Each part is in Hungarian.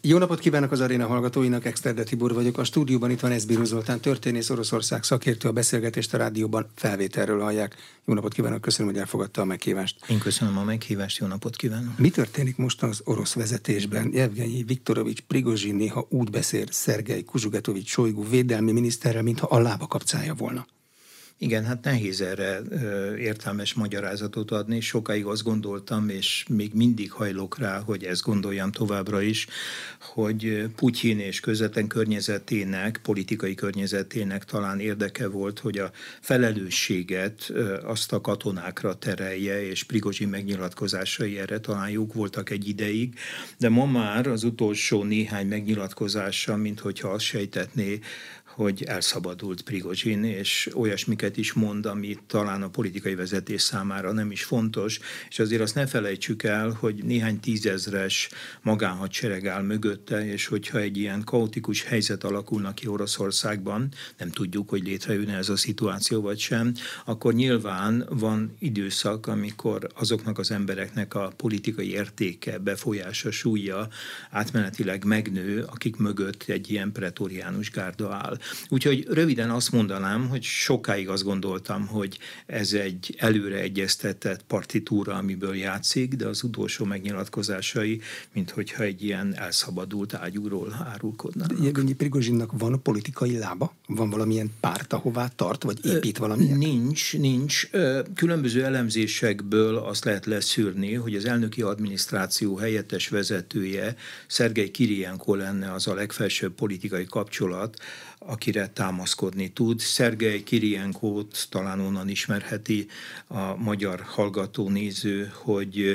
Jó napot kívánok az aréna hallgatóinak, Exterde Tibor vagyok. A stúdióban itt van Eszbíró Zoltán, történész, Oroszország szakértő, a beszélgetést a rádióban felvételről hallják. Jó napot kívánok, köszönöm, hogy elfogadta a meghívást. Én köszönöm a meghívást, jó napot kívánok. Mi történik most az orosz vezetésben? Jevgenyi Viktorovics Prigozsin néha úgy beszél Szergej Kuzsugetovics Sojgu védelmi miniszterrel, mintha a lába kapcája volna. Igen, hát nehéz erre értelmes magyarázatot adni. Sokáig azt gondoltam, és még mindig hajlok rá, hogy ezt gondoljam továbbra is, hogy Putyin és közvetlen környezetének, politikai környezetének talán érdeke volt, hogy a felelősséget azt a katonákra terelje, és Prigozsin megnyilatkozásai erre talán jók voltak egy ideig, de ma már az utolsó néhány megnyilatkozása, minthogyha azt sejtetné, hogy elszabadult Prigozsin, és olyasmiket is mond, ami talán a politikai vezetés számára nem is fontos, és azért azt ne felejtsük el, hogy néhány tízezres magánhadsereg áll mögötte, és hogyha egy ilyen kaotikus helyzet alakulna ki Oroszországban, nem tudjuk, hogy létrejönne ez a szituáció vagy sem, akkor nyilván van időszak, amikor azoknak az embereknek a politikai értéke, befolyása, súlya átmenetileg megnő, akik mögött egy ilyen pretoriánus gárda áll. Úgyhogy röviden azt mondanám, hogy sokáig azt gondoltam, hogy ez egy előre egyeztetett partitúra, amiből játszik, de az utolsó megnyilatkozásai, minthogyha egy ilyen elszabadult ágyúról árulkodnának. Jevgenyi Prigozsinnak van politikai lába? Van valamilyen párt, ahová tart, vagy épít valamilyen? Nincs. Különböző elemzésekből azt lehet leszűrni, hogy az elnöki adminisztráció helyettes vezetője, Szergej Kirjenko lenne az a legfelsőbb politikai kapcsolat, akire támaszkodni tud. Szergej Kirjenkót talán onnan ismerheti a magyar hallgató néző, hogy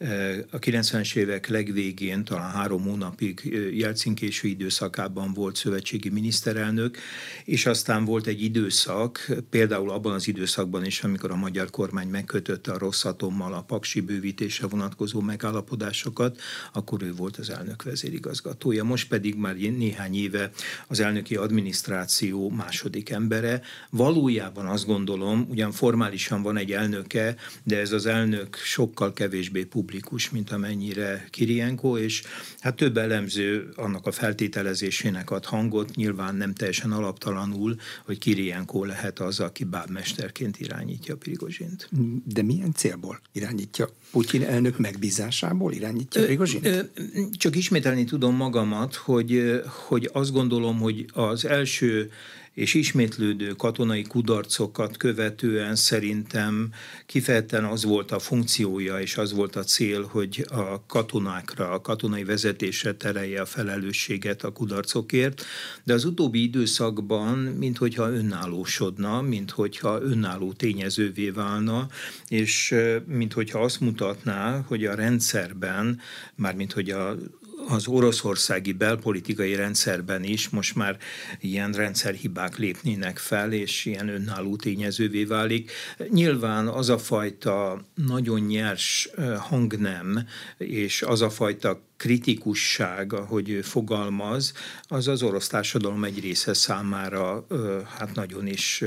a 90-es évek legvégén, talán 3 hónapig Jelcin késő időszakában volt szövetségi miniszterelnök, és aztán volt egy időszak, például abban az időszakban is, amikor a magyar kormány megkötötte a Rosszatommal a paksi bővítésre vonatkozó megállapodásokat, akkor ő volt az elnök vezérigazgatója. Most pedig már néhány éve az elnöki adminisztráció második embere. Valójában azt gondolom, ugyan formálisan van egy elnöke, de ez az elnök sokkal kevésbé publikus, mint amennyire Kirjenko, és hát több elemző annak a feltételezésének ad hangot, nyilván nem teljesen alaptalanul, hogy Kirjenko lehet az, aki bábmesterként irányítja Prigozsint. De milyen célból irányítja? Putyin elnök megbízásából irányítja Prigozsint? Csak ismételni tudom magamat, hogy azt gondolom, hogy az első és ismétlődő katonai kudarcokat követően szerintem kifejezetten az volt a funkciója, és az volt a cél, hogy a katonákra, a katonai vezetésre terelje a felelősséget a kudarcokért, de az utóbbi időszakban minthogyha önállósodna, minthogyha önálló tényezővé válna, és minthogyha azt mutatná, hogy a rendszerben, mármint hogy az oroszországi belpolitikai rendszerben is most már ilyen rendszerhibák lépnének fel, és ilyen önálló tényezővé válik. Nyilván az a fajta nagyon nyers hangnem, és az a fajta kritikusság, ahogy ő fogalmaz, az az orosz társadalom egy része számára hát nagyon is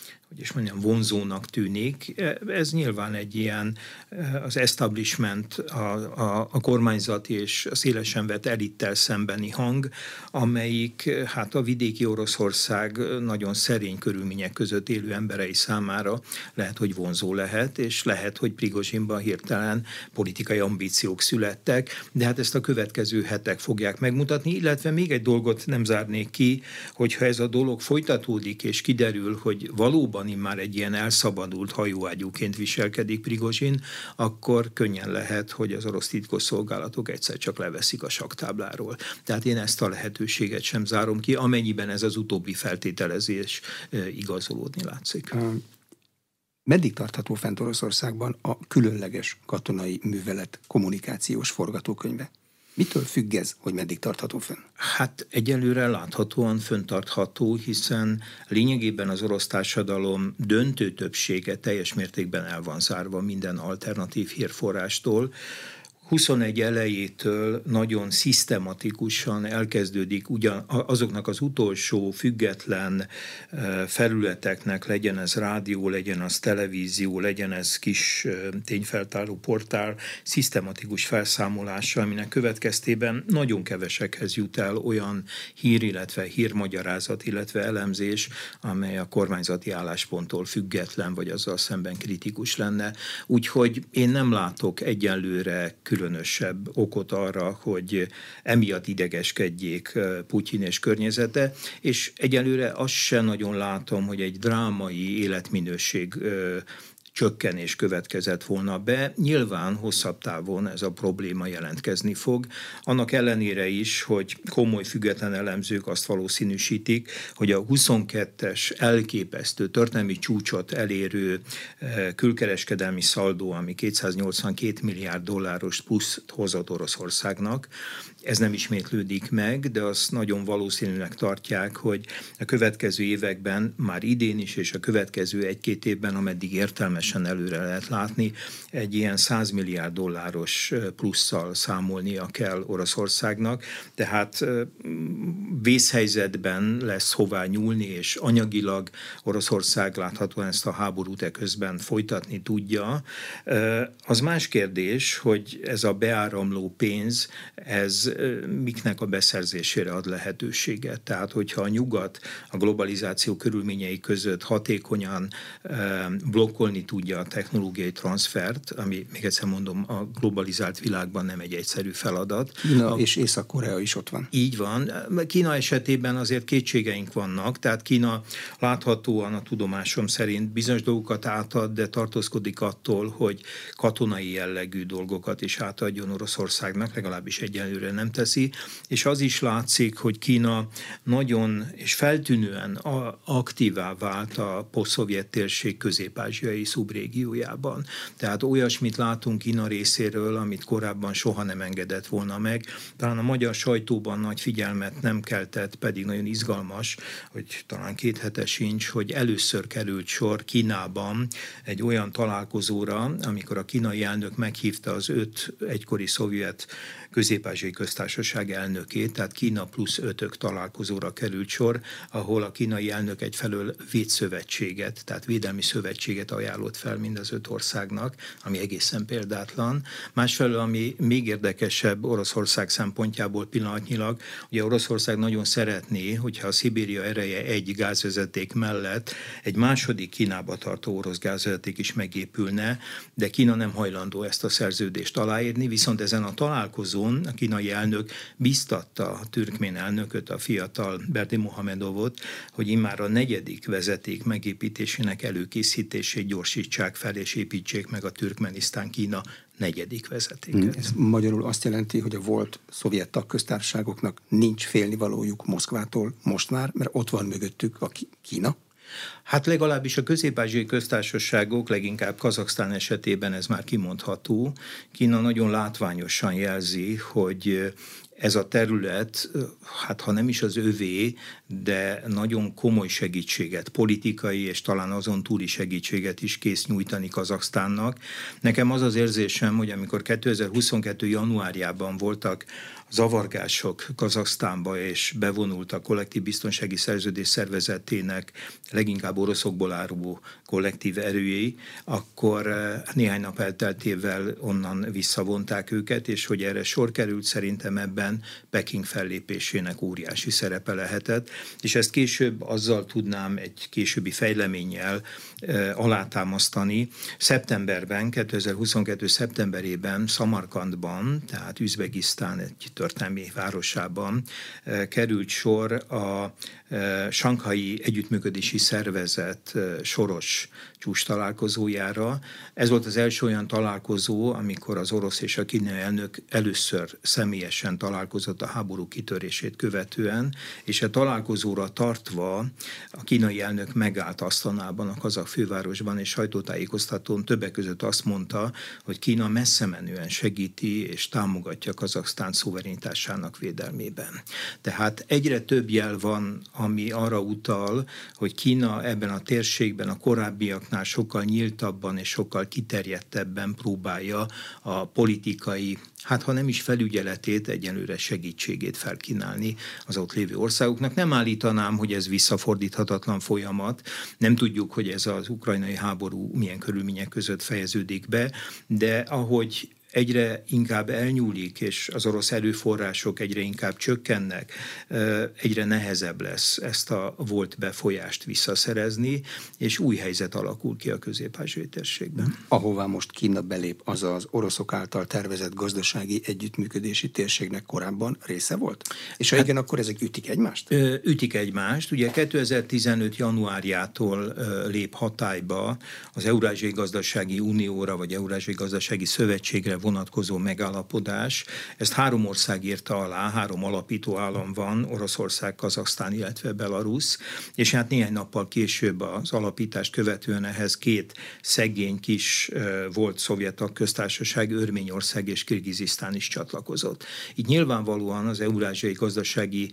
vonzónak tűnik. Ez nyilván egy ilyen az establishment, a kormányzati és a szélesen vett elittel szembeni hang, amelyik hát a vidéki Oroszország nagyon szerény körülmények között élő emberei számára lehet, hogy vonzó lehet, és lehet, hogy Prigozsinban hirtelen politikai ambíciók születtek, de hát ezt a következő hetek fogják megmutatni, illetve még egy dolgot nem zárnék ki, hogyha ez a dolog folytatódik, és kiderül, hogy valóban immár egy ilyen elszabadult hajóágyúként viselkedik Prigozsin, akkor könnyen lehet, hogy az orosz titkosszolgálatok egyszer csak leveszik a sakktábláról. Tehát én ezt a lehetőséget sem zárom ki, amennyiben ez az utóbbi feltételezés igazolódni látszik. Meddig tartható fent Oroszországban a különleges katonai művelet kommunikációs forgatókönyve? Mitől függ ez, hogy meddig tartható fönn? Hát egyelőre láthatóan fönntartható, hiszen lényegében az orosz társadalom döntő többsége teljes mértékben el van zárva minden alternatív hírforrástól. 21 elejétől nagyon szisztematikusan elkezdődik azoknak az utolsó független felületeknek, legyen ez rádió, legyen az televízió, legyen ez kis tényfeltáró portál, szisztematikus felszámolása, aminek következtében nagyon kevesekhez jut el olyan hír, illetve hírmagyarázat, illetve elemzés, amely a kormányzati állásponttól független, vagy azzal szemben kritikus lenne. Úgyhogy én nem látok egyenlőre különösebb okot arra, hogy emiatt idegeskedjék Putyin és környezete, és egyelőre azt sem nagyon látom, hogy egy drámai életminőség csökkenés következett volna be. Nyilván hosszabb távon ez a probléma jelentkezni fog. Annak ellenére is, hogy komoly független elemzők azt valószínűsítik, hogy a 22-es elképesztő történelmi csúcsot elérő külkereskedelmi szaldó, ami 282 milliárd dolláros pluszt hozott Oroszországnak, ez nem ismétlődik meg, de azt nagyon valószínűleg tartják, hogy a következő években, már idén is, és a következő 1-2 évben, ameddig értelmesen előre lehet látni, egy ilyen 100 milliárd dolláros plusszal számolnia kell Oroszországnak, tehát vészhelyzetben lesz hová nyúlni, és anyagilag Oroszország láthatóan ezt a háborút eközben folytatni tudja. Az más kérdés, hogy ez a beáramló pénz, ez miknek a beszerzésére ad lehetőséget. Tehát, hogyha a nyugat a globalizáció körülményei között hatékonyan blokkolni tudja a technológiai transfert, ami, még egyszer mondom, a globalizált világban nem egy egyszerű feladat. Kína és Észak-Korea is ott van. Így van. Kína esetében azért kétségeink vannak, tehát Kína láthatóan a tudomásom szerint bizonyos dolgokat átad, de tartózkodik attól, hogy katonai jellegű dolgokat is átadjon Oroszországnak, legalábbis egyelőre nem teszi, és az is látszik, hogy Kína nagyon és feltűnően aktívá vált a posztszovjet térség közép-ázsiai szubrégiójában. Tehát olyasmit látunk Kína részéről, amit korábban soha nem engedett volna meg. Talán a magyar sajtóban nagy figyelmet nem keltett, pedig nagyon izgalmas, hogy talán 2 hete sincs, hogy először került sor Kínában egy olyan találkozóra, amikor a kínai elnök meghívta az 5 egykori szovjet közép-ázsiai köztársaság elnökét, tehát Kína plusz 5-ök találkozóra került sor, ahol a kínai elnök egyfelől védszövetséget, tehát védelmi szövetséget ajánlott fel mind az 5 országnak, ami egészen példátlan. Másfelől, ami még érdekesebb Oroszország szempontjából pillanatnyilag, ugye Oroszország nagyon szeretné, hogyha a Szibéria ereje egy gázvezeték mellett egy második Kínába tartó orosz gázvezeték is megépülne, de Kína nem hajlandó ezt a szerződést aláírni, viszont ezen a találkozón a kínai elnök biztatta a türkmén elnököt, a fiatal Berdimuhamedovot, hogy immár a 4. vezeték megépítésének előkészítését gyorsítsák fel, és építsék meg a Türkmenisztán-Kína 4. vezetéket. Ez magyarul azt jelenti, hogy a volt szovjet tagköztársaságoknak nincs félnivalójuk Moszkvától most már, mert ott van mögöttük a Kína? Hát legalábbis a közép-ázsiai köztársaságok, leginkább Kazaksztán esetében ez már kimondható. Kína nagyon látványosan jelzi, hogy ez a terület, hát ha nem is az övé, de nagyon komoly segítséget, politikai és talán azon túli segítséget is kész nyújtani Kazaksztánnak. Nekem az az érzésem, hogy amikor 2022. januárjában voltak zavargások Kazaksztánba, és bevonult a kollektív biztonsági szerződés szervezetének leginkább oroszokból áruló kollektív erőjei, akkor néhány nap elteltével onnan visszavonták őket, és hogy erre sor került, szerintem ebben Peking fellépésének óriási szerepe lehetett, és ezt később azzal tudnám egy későbbi fejleménnyel alátámasztani. Szeptemberben, 2022. szeptemberében Szamarkandban, tehát Üzbegisztán egy történelmi városában került sor a Sanghai Együttműködési Szervezet soros csúcs találkozójára. Ez volt az első olyan találkozó, amikor az orosz és a kínai elnök először személyesen találkozott a háború kitörését követően, és a találkozóra tartva a kínai elnök megállt Asztanában, a kazakh fővárosban, és sajtótájékoztatón többek között azt mondta, hogy Kína messze menően segíti és támogatja Kazaksztán szuverenitásának védelmében. Tehát egyre több jel van, ami arra utal, hogy Kína ebben a térségben a korábbiaknál sokkal nyíltabban és sokkal kiterjedtebben próbálja a politikai hát ha nem is felügyeletét, egyelőre segítségét felkínálni az ott lévő országoknak. Nem állítanám, hogy ez visszafordíthatatlan folyamat, nem tudjuk, hogy ez az ukrajnai háború milyen körülmények között fejeződik be, de ahogy egyre inkább elnyúlik, és az orosz erőforrások egyre inkább csökkennek, egyre nehezebb lesz ezt a volt befolyást visszaszerezni, és új helyzet alakul ki a közép-ázsiai térségben. Ahová most Kína belép, az az oroszok által tervezett gazdasági együttműködési térségnek korábban része volt? És ha igen, akkor ezek ütik egymást? Ütik egymást. Ugye 2015. januárjától lép hatályba az Eurázsiai Gazdasági Unióra, vagy Eurázsiai Gazdasági Szövetségre vonatkozó megállapodás. Ezt 3 ország írta alá, 3 alapító állam van, Oroszország, Kazaksztán, illetve Belarus, és hát néhány nappal később az alapítást követően ehhez 2 szegény kis volt szovjet tagköztársaság, Örményország és Kirgizisztán is csatlakozott. Így nyilvánvalóan az Eurázsiai Gazdasági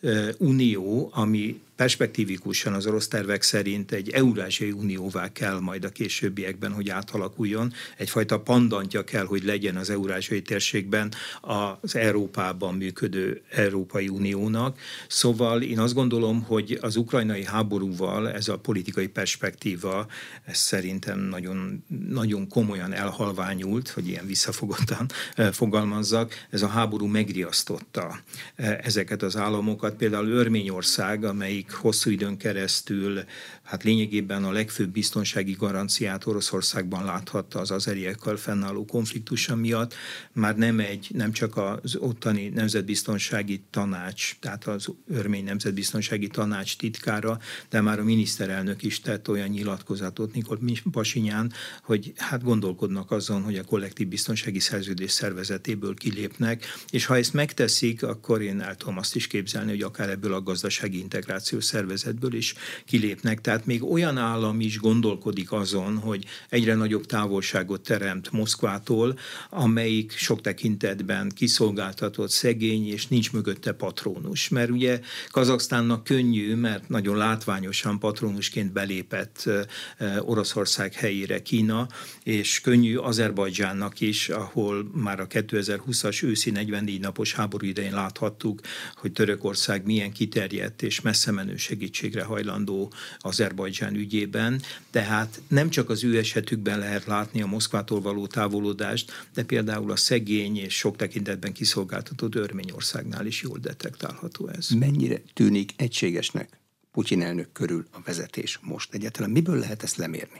Unió, ami perspektívikusan az orosz tervek szerint egy Eurázsiai Unióvá kell majd a későbbiekben, hogy átalakuljon. Egyfajta pandantja kell, hogy legyen az Eurázsiai térségben az Európában működő Európai Uniónak. Szóval én azt gondolom, hogy az ukrajnai háborúval ez a politikai perspektíva, ez szerintem nagyon, nagyon komolyan elhalványult, hogy ilyen visszafogottan fogalmazzak. Ez a háború megriasztotta ezeket az államokat. Például Örményország, amelyik hosszú időn keresztül hát lényegében a legfőbb biztonsági garanciát Oroszországban láthatta az azeriekkel fennálló konfliktusa miatt, már nem csak az ottani Nemzetbiztonsági Tanács, tehát az Örmény Nemzetbiztonsági Tanács titkára, de már a miniszterelnök is tett olyan nyilatkozatot, Nikol Pasinyán, hogy hát gondolkodnak azon, hogy a kollektív biztonsági szerződés szervezetéből kilépnek, és ha ezt megteszik, akkor én el tudom azt is képzelni, hogy akár ebből a gazdasági integrációs szervezetből is kilépnek. Tehát még olyan állam is gondolkodik azon, hogy egyre nagyobb távolságot teremt Moszkvától, amelyik sok tekintetben kiszolgáltatott, szegény, és nincs mögötte patrónus. Mert ugye Kazaksztánnak könnyű, mert nagyon látványosan patrónusként belépett Oroszország helyére Kína, és könnyű Azerbajdzsánnak is, ahol már a 2020-as őszi 44 napos háború idején láthattuk, hogy Törökország milyen kiterjedt és messze menő segítségre hajlandó Azerbajdzsán ügyében, tehát nem csak az ő esetükben lehet látni a Moszkvától való távolodást, de például a szegény és sok tekintetben kiszolgáltatott Örményországnál is jól detektálható ez. Mennyire tűnik egységesnek Putyin elnök körül a vezetés most egyáltalán? Miből lehet ezt lemérni?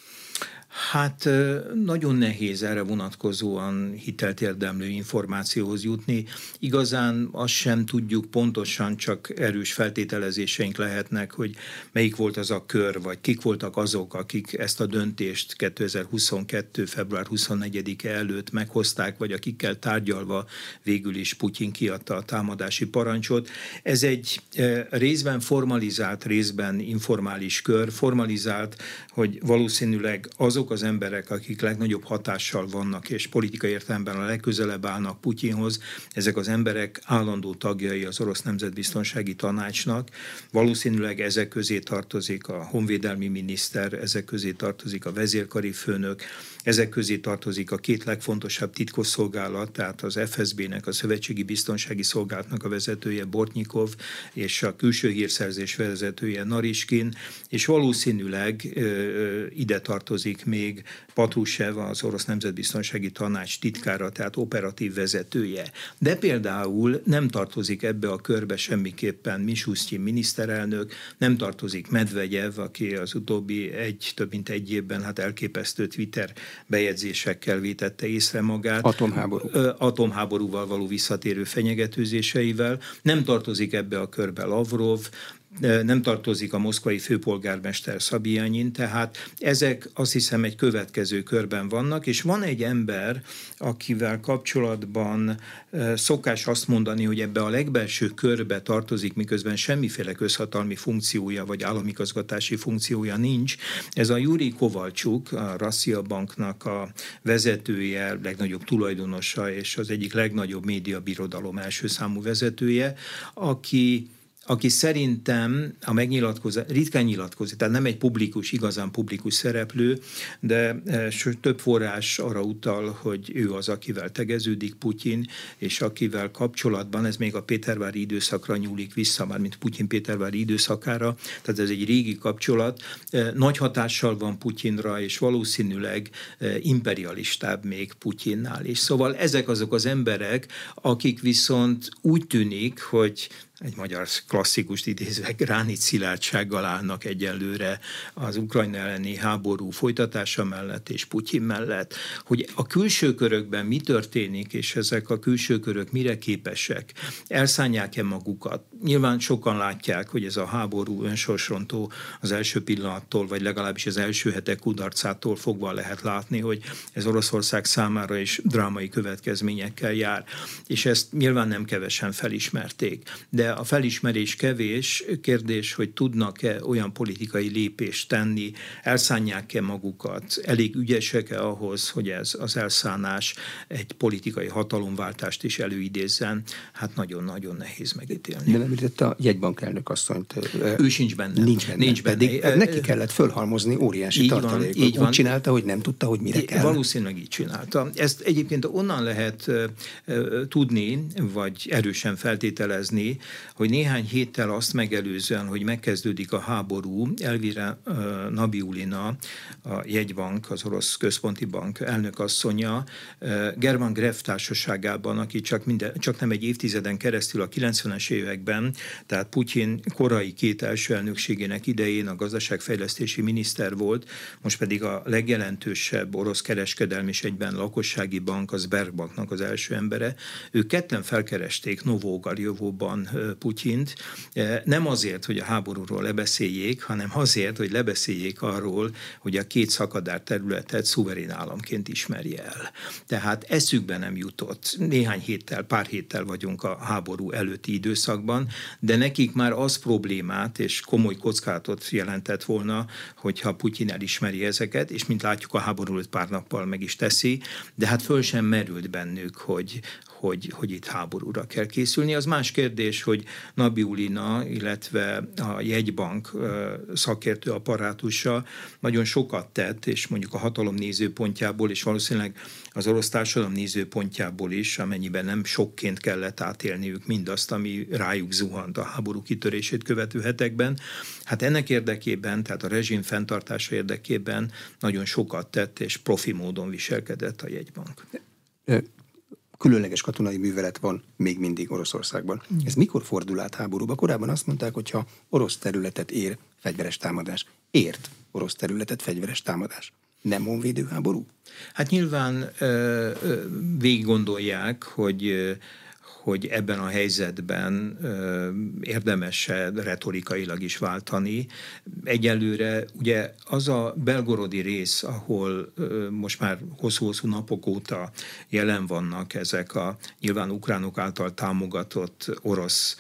Hát nagyon nehéz erre vonatkozóan hitelt érdemlő információhoz jutni. Igazán azt sem tudjuk pontosan, csak erős feltételezéseink lehetnek, hogy melyik volt az a kör, vagy kik voltak azok, akik ezt a döntést 2022. február 24-e előtt meghozták, vagy akikkel tárgyalva végül is Putyin kiadta a támadási parancsot. Ez egy részben formalizált, részben informális kör. Formalizált, hogy valószínűleg azok az emberek, akik legnagyobb hatással vannak, és politikai értelemben a legközelebb állnak Putyinhoz, ezek az emberek állandó tagjai az Orosz Nemzetbiztonsági Tanácsnak. Valószínűleg ezek közé tartozik a honvédelmi miniszter, ezek közé tartozik a vezérkari főnök, ezek közé tartozik a 2 legfontosabb titkosszolgálat, tehát az FSB-nek, a Szövetségi Biztonsági Szolgálatnak a vezetője Bortnyikov, és a külső hírszerzés vezetője Nariskin, és valószínűleg ide tartozik még Patrushev, az Orosz Nemzetbiztonsági Tanács titkára, tehát operatív vezetője. De például nem tartozik ebbe a körbe semmiképpen Mishustin miniszterelnök, nem tartozik Medvegyev, aki az utóbbi több mint egy évben hát elképesztő Twitter bejegyzésekkel vétette észre magát. Atomháborúval való visszatérő fenyegetőzéseivel. Nem tartozik ebbe a körbe Lavrov, nem tartozik a moszkvai főpolgármester Szabianyin, tehát ezek azt hiszem egy következő körben vannak, és van egy ember, akivel kapcsolatban szokás azt mondani, hogy ebbe a legbelső körbe tartozik, miközben semmiféle közhatalmi funkciója vagy államigazgatási funkciója nincs. Ez a Jurij Kovalcsuk, a Rassia Banknak a vezetője, legnagyobb tulajdonosa és az egyik legnagyobb médiabirodalom első számú vezetője, aki aki szerintem a ritkán nyilatkozik, tehát nem egy igazán publikus szereplő, de több forrás arra utal, hogy ő az, akivel tegeződik Putyin, és akivel kapcsolatban, ez még a pétervári időszakra nyúlik vissza, mármint Putyin pétervári időszakára, tehát ez egy régi kapcsolat, nagy hatással van Putyinra, és valószínűleg imperialistább még Putyinnál is. Szóval ezek azok az emberek, akik viszont úgy tűnik, hogy egy magyar klasszikust idézve gránit szilárdsággal állnak egyelőre az Ukrajna elleni háború folytatása mellett és Putyin mellett. Hogy a külső körökben mi történik, és ezek a külső körök mire képesek, elszánják-e magukat? Nyilván sokan látják, hogy ez a háború önsorsrontó az első pillanattól, vagy legalábbis az első hetek kudarcától fogva lehet látni, hogy ez Oroszország számára is drámai következményekkel jár. És ezt nyilván nem kevesen felismerték. De a felismerés kevés, kérdés, hogy tudnak-e olyan politikai lépést tenni, elszánják-e magukat, elég ügyesek-e ahhoz, hogy ez az elszánás egy politikai hatalomváltást is előidézzen, hát nagyon-nagyon nehéz megítélni. De nem említette a jegybank elnök asszonyt. Ő sincs benne. Nincs benne. Pedig neki kellett fölhalmozni óriási tartalékot. Úgy csinálta, hogy nem tudta, hogy mire kell. Valószínűleg így csinálta. Ezt egyébként onnan lehet tudni, vagy erősen feltételezni, hogy néhány héttel azt megelőzően, hogy megkezdődik a háború, Elvira Nabiulina, a jegybank, az orosz központi bank elnökasszonya, German Gref társaságában, aki csak nem egy évtizeden keresztül a 90-es években, tehát Putyin korai két első elnökségének idején a gazdaságfejlesztési miniszter volt, most pedig a legjelentősebb orosz kereskedelmi és egyben lakossági bank, az Sberbanknak az első embere. Ők ketten felkeresték Novogarjovóban Putyint, nem azért, hogy a háborúról lebeszéljék, hanem azért, hogy lebeszéljék arról, hogy a két szakadár területet szuverén államként ismerje el. Tehát eszükbe nem jutott. Pár héttel vagyunk a háború előtti időszakban, de nekik már az problémát és komoly kockázatot jelentett volna, hogyha Putyin elismeri ezeket, és mint látjuk, a háború előtt pár nappal meg is teszi, de hát föl sem merült bennük, hogy itt háborúra kell készülni. Az más kérdés, hogy Nabiulina, illetve a jegybank szakértő apparátusa nagyon sokat tett, és mondjuk a hatalom nézőpontjából, és valószínűleg az orosz társadalom nézőpontjából is, amennyiben nem sokként kellett átélniük mindazt, ami rájuk zuhant a háború kitörését követő hetekben. Hát ennek érdekében, tehát a rezsim fenntartása érdekében nagyon sokat tett, és profi módon viselkedett a jegybank. Különleges katonai művelet van még mindig Oroszországban. Ez mikor fordul át háborúba? Korábban azt mondták, hogy ha orosz területet ér fegyveres támadás. Ért orosz területet fegyveres támadás. Nem honvédő háború? Hát nyilván végig gondolják, hogy ebben a helyzetben érdemes retorikailag is váltani. Egyelőre ugye az a belgorodi rész, ahol most már hosszú-hosszú napok óta jelen vannak ezek a nyilván ukránok által támogatott orosz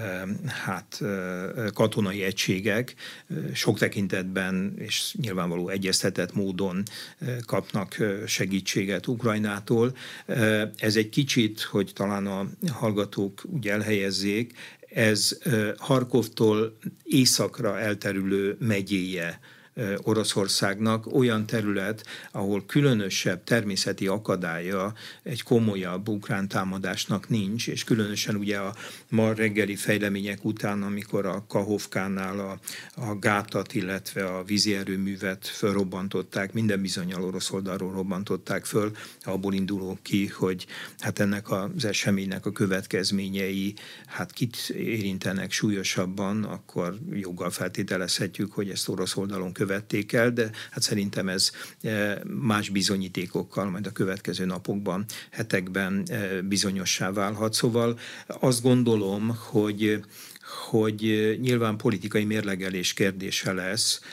katonai egységek, sok tekintetben és nyilvánvaló egyeztetett módon kapnak segítséget Ukrajnától. Ez egy kicsit, hogy talán a hallgatók úgy elhelyezzék, ez Harkovtól északra elterülő megyéje Oroszországnak, olyan terület, ahol különösebb természeti akadálya egy komolyabb ukrán támadásnak nincs, és különösen ugye a ma reggeli fejlemények után, amikor a Kahovkánál a gátat, illetve a vízi erőművet fölrobbantották, minden bizonnyal orosz oldalról robbantották föl, abból indulunk ki, hogy hát ennek az eseménynek a következményei hát kit érintenek súlyosabban, akkor joggal feltételezhetjük, hogy ezt orosz oldalon követték el, de hát szerintem ez más bizonyítékokkal majd a következő napokban, hetekben bizonyossá válhat. Szóval azt gondolom, hogy nyilván politikai mérlegelés kérdése lesz,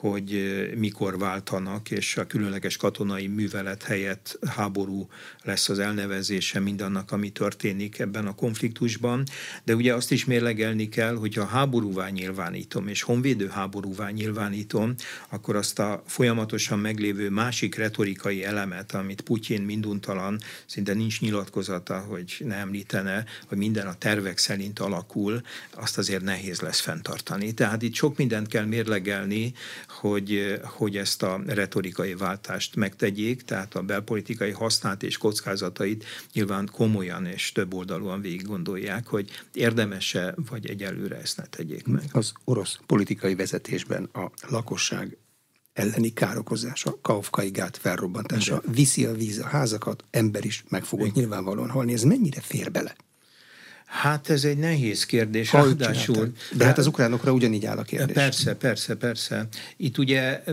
hogy mikor váltanak, és a különleges katonai művelet helyett háború lesz az elnevezése mindannak, ami történik ebben a konfliktusban. De ugye azt is mérlegelni kell, hogyha háborúvá nyilvánítom, és honvédő háborúvá nyilvánítom, akkor azt a folyamatosan meglévő másik retorikai elemet, amit Putyin minduntalan, szinte nincs nyilatkozata, hogy ne említene, hogy minden a tervek szerint alakul, azt azért nehéz lesz fenntartani. Tehát itt sok mindent kell mérlegelni, hogy ezt a retorikai váltást megtegyék, tehát a belpolitikai hasznát és kockázatait nyilván komolyan és többoldalúan végig gondolják, hogy érdemes-e, vagy egyelőre ezt ne tegyék meg. Az orosz politikai vezetésben a lakosság elleni károkozása, Kaufkai gát felrobbantása, viszi a víz a házakat, ember is meg fogott nyilvánvalóan halni. Ez mennyire fér bele? Hát ez egy nehéz kérdés. De hát az ukránokra ugyanígy áll a kérdés. Persze. Itt ugye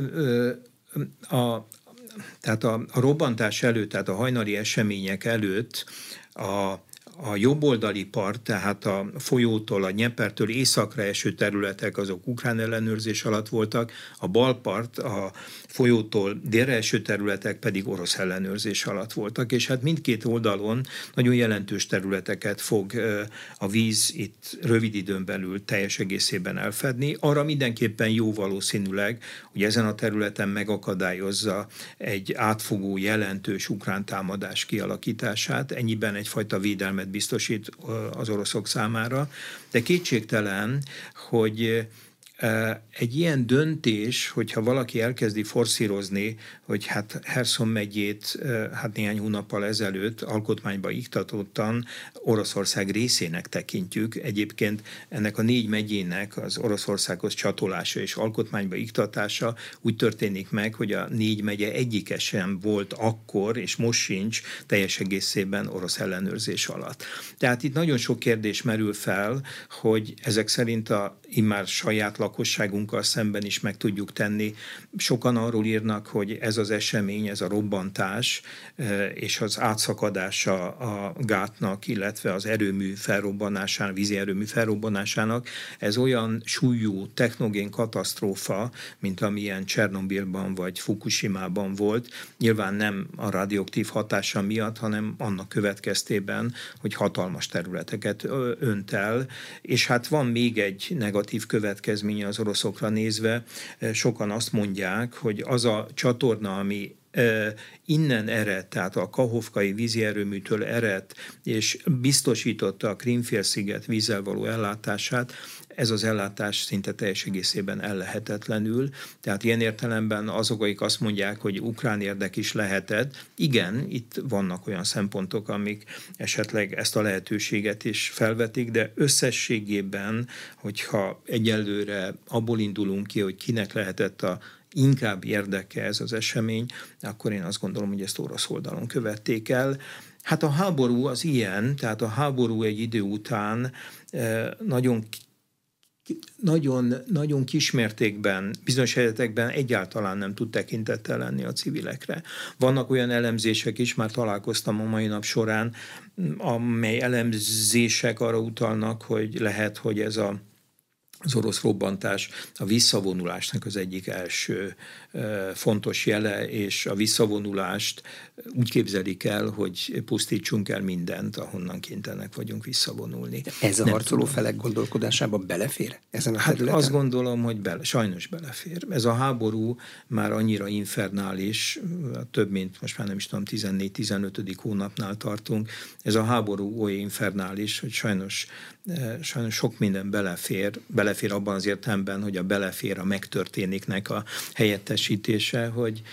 tehát a robbantás előtt, tehát a hajnali események előtt a jobboldali part, tehát a folyótól, a Dnyepertől északra eső területek, azok ukrán ellenőrzés alatt voltak, a bal part, a folyótól délre eső területek pedig orosz ellenőrzés alatt voltak, és hát mindkét oldalon nagyon jelentős területeket fog a víz itt rövid időn belül teljes egészében elfedni. Arra mindenképpen jó valószínűleg, hogy ezen a területen megakadályozza egy átfogó, jelentős ukrán támadás kialakítását, ennyiben egyfajta védelmet biztosít az oroszok számára, de kétségtelen, hogy egy ilyen döntés, hogyha valaki elkezdi forszírozni, hogy hát Herson megyét hát néhány hónappal ezelőtt alkotmányba iktatottan Oroszország részének tekintjük. Egyébként ennek a 4 megyének az Oroszországhoz csatolása és alkotmányba iktatása úgy történik meg, hogy a 4 megye egyike sem volt akkor, és most sincs teljes egészében orosz ellenőrzés alatt. Tehát itt nagyon sok kérdés merül fel, hogy ezek szerint a immár saját lakosságunkkal szemben is meg tudjuk tenni. Sokan arról írnak, hogy ez az esemény, ez a robbantás és az átszakadása a gátnak, illetve az erőmű felrobbanásának, vízi erőmű felrobbanásának, ez olyan súlyú technogén katasztrófa, mint amilyen Csernobilban vagy Fukushimában volt. Nyilván nem a radioaktív hatása miatt, hanem annak következtében, hogy hatalmas területeket önt el, és hát van még egy negatív következménye az oroszokra nézve. Sokan azt mondják, hogy az a csatorna, ami innen ered, tehát a Kahovkai vízi erőműtől ered, és biztosította a Krímfélsziget vízzel való ellátását, ez az ellátás szinte teljes egészében ellehetetlenül. Tehát ilyen értelemben azok, akik azt mondják, hogy ukrán érdek is lehetett, igen, itt vannak olyan szempontok, amik esetleg ezt a lehetőséget is felvetik, de összességében, hogyha egyelőre abból indulunk ki, hogy kinek lehetett a inkább érdeke ez az esemény, akkor én azt gondolom, hogy ezt orosz oldalon követték el. Hát a háború az ilyen, tehát a háború egy idő után nagyon kismértékben, bizonyos helyzetekben egyáltalán nem tud tekintettel lenni a civilekre. Vannak olyan elemzések is, már találkoztam a mai nap során, amely elemzések arra utalnak, hogy lehet, hogy ez az orosz robbantás a visszavonulásnak az egyik első fontos jele, és a visszavonulást úgy képzelik el, hogy pusztítsunk el mindent, ahonnan kénytelenek vagyunk visszavonulni. Ez a harcoló felek gondolkodásába belefér ezen a területen? Hát azt gondolom, hogy sajnos belefér. Ez a háború már annyira infernális, több mint most már nem is tudom, 14-15. hónapnál tartunk. Ez a háború oly infernális, hogy sajnos sok minden belefér abban az értelemben, hogy a belefér a megtörténiknek a helyettesítése,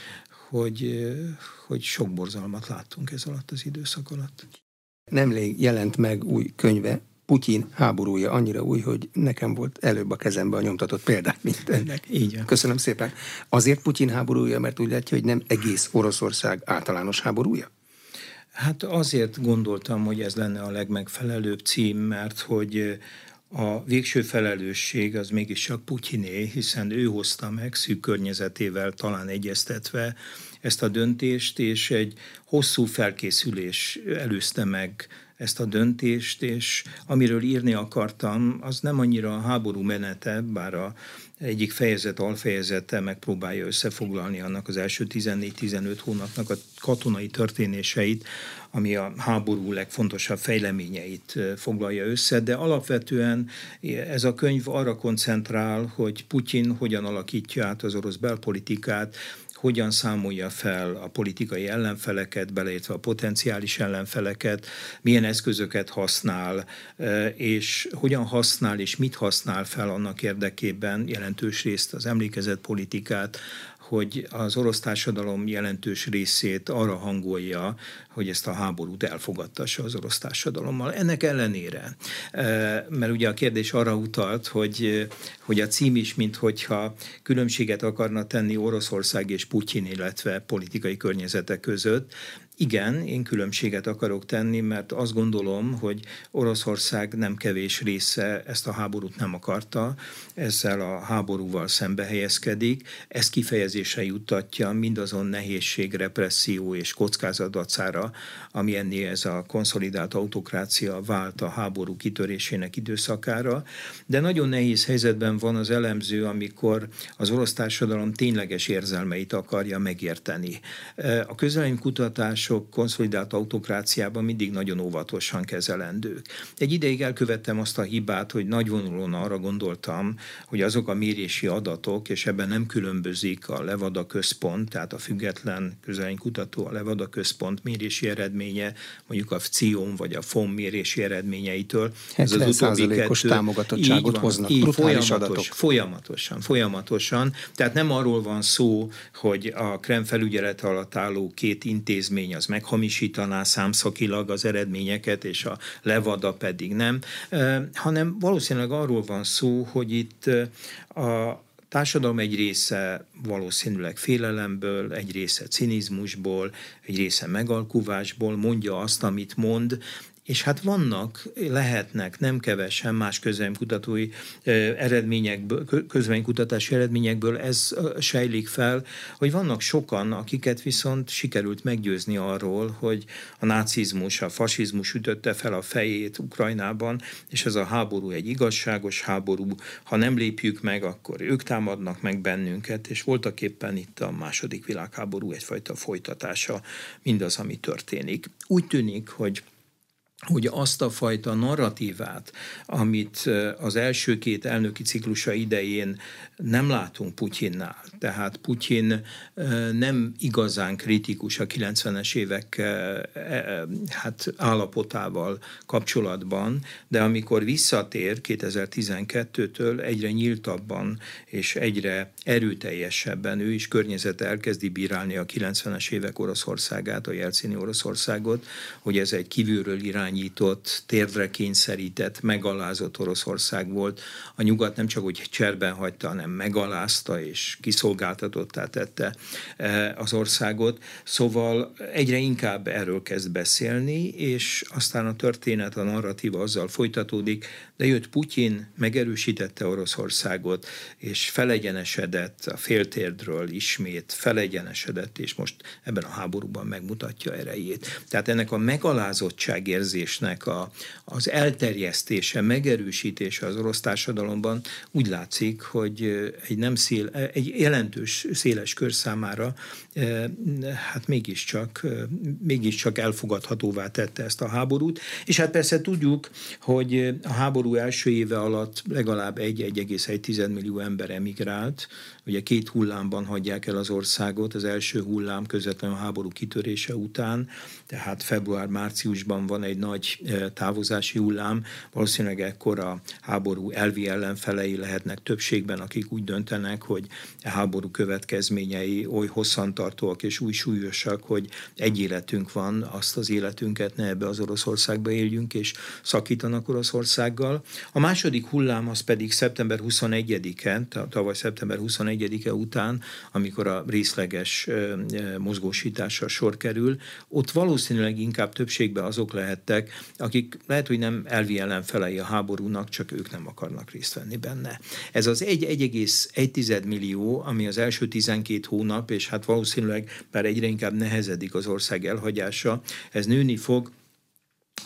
hogy sok borzalmat láttunk ez alatt az időszak alatt. Nemrég jelent meg új könyve, Putyin háborúja, annyira új, hogy nekem volt előbb a kezembe a nyomtatott példák, mint ennek. Így. Köszönöm szépen. Azért Putyin háborúja, mert úgy látja, hogy nem egész Oroszország általános háborúja? Hát azért gondoltam, hogy ez lenne a legmegfelelőbb cím, mert hogy a végső felelősség az mégiscsak Putyiné, hiszen ő hozta meg szűk környezetével talán egyeztetve ezt a döntést, és egy hosszú felkészülés előzte meg ezt a döntést, és amiről írni akartam, az nem annyira a háború menete, bár a egyik fejezet, alfejezete megpróbálja összefoglalni annak az első 14-15 hónapnak a katonai történéseit, ami a háború legfontosabb fejleményeit foglalja össze, de alapvetően ez a könyv arra koncentrál, hogy Putyin hogyan alakítja át az orosz belpolitikát, hogyan számolja fel a politikai ellenfeleket, beleértve a potenciális ellenfeleket, milyen eszközöket használ, és hogyan használ és mit használ fel annak érdekében, jelentős részt az emlékezetpolitikát, hogy az orosz társadalom jelentős részét arra hangolja, hogy ezt a háborút elfogadtassa az orosz társadalommal. Ennek ellenére, mert ugye a kérdés arra utalt, hogy a cím is, minthogyha különbséget akarna tenni Oroszország és Putyin, illetve politikai környezetek között. Igen, én különbséget akarok tenni, mert azt gondolom, hogy Oroszország nem kevés része ezt a háborút nem akarta, ezzel a háborúval szembe helyezkedik, ezt kifejezésre juttatja mindazon nehézség, represszió és kockázat dacára, ami ennél ez a konszolidált autokrácia vált a háború kitörésének időszakára, de nagyon nehéz helyzetben van az elemző, amikor az orosz társadalom tényleges érzelmeit akarja megérteni. A közvéleménykutatás konszolidált autokráciában mindig nagyon óvatosan kezelendők. Egy ideig elkövettem azt a hibát, hogy nagyvonulóan arra gondoltam, hogy azok a mérési adatok, és ebben nem különbözik a Levada központ, tehát a független közvéleménykutató, a Levada központ mérési eredménye, mondjuk a FCIOM vagy a FOM mérési eredményeitől. 70%-os támogatottságot hoznak. Brutális adatok. Folyamatosan. Tehát nem arról van szó, hogy a Kreml felügyelet alatt álló két intézmény az meghamisítaná számszakilag az eredményeket, és a Levada pedig nem, hanem valószínűleg arról van szó, hogy itt a társadalom egy része valószínűleg félelemből, egy része cinizmusból, egy része megalkuvásból mondja azt, amit mond, és hát lehetnek nem kevesen más közvéleménykutatói közvéleménykutatási eredményekből ez sejlik fel, hogy vannak sokan, akiket viszont sikerült meggyőzni arról, hogy a nácizmus, a fasizmus ütötte fel a fejét Ukrajnában, és ez a háború egy igazságos háború, ha nem lépjük meg, akkor ők támadnak meg bennünket, és voltaképpen itt a második világháború egyfajta folytatása mindaz, ami történik. Úgy tűnik, hogy azt a fajta narratívát, amit az első két elnöki ciklusa idején nem látunk Putyinnál. Tehát Putyin nem igazán kritikus a 90-es évek állapotával kapcsolatban, de amikor visszatér 2012-től egyre nyíltabban és egyre erőteljesebben ő is környezete elkezdi bírálni a 90-es évek Oroszországát, a Jelcini Oroszországot, hogy ez egy kívülről irányított, térdre kényszerített, megalázott Oroszország volt. A nyugat nem csak úgy cserben hagyta, hanem megalázta és kiszolgáltatottá tette az országot. Szóval egyre inkább erről kezd beszélni, és aztán a történet, a narratíva azzal folytatódik, de jött Putyin, megerősítette Oroszországot, és felegyenesedett a féltérdről ismét, felegyenesedett, és most ebben a háborúban megmutatja erejét. Tehát ennek a megalázottság érzésnek az elterjesztése, megerősítése az orosz társadalomban úgy látszik, hogy egy jelentős széles kör számára hát mégiscsak elfogadhatóvá tette ezt a háborút. És hát persze tudjuk, hogy a háború első éve alatt legalább 1,1 millió ember emigrált. Ugye 2 hullámban hagyják el az országot, az első hullám közvetlenül a háború kitörése után, tehát február-márciusban van egy nagy távozási hullám, valószínűleg ekkor a háború elvi ellenfelei lehetnek többségben, akik úgy döntenek, hogy a háború következményei oly hosszantartóak és új súlyosak, hogy egy életünk van, azt az életünket ne ebbe az Oroszországba éljünk, és szakítanak Oroszországgal. A második hullám az pedig szeptember 21-e, tavaly szeptember 21-e után, amikor a részleges mozgósításra sor kerül, ott valószínűleg inkább többségben azok lehettek, akik lehet, hogy nem elvi ellenfelei a háborúnak, csak ők nem akarnak részt venni benne. Ez az 1,1 millió, ami az első 12 hónap, és hát valószínűleg bár egyre inkább nehezedik az ország elhagyása, ez nőni fog.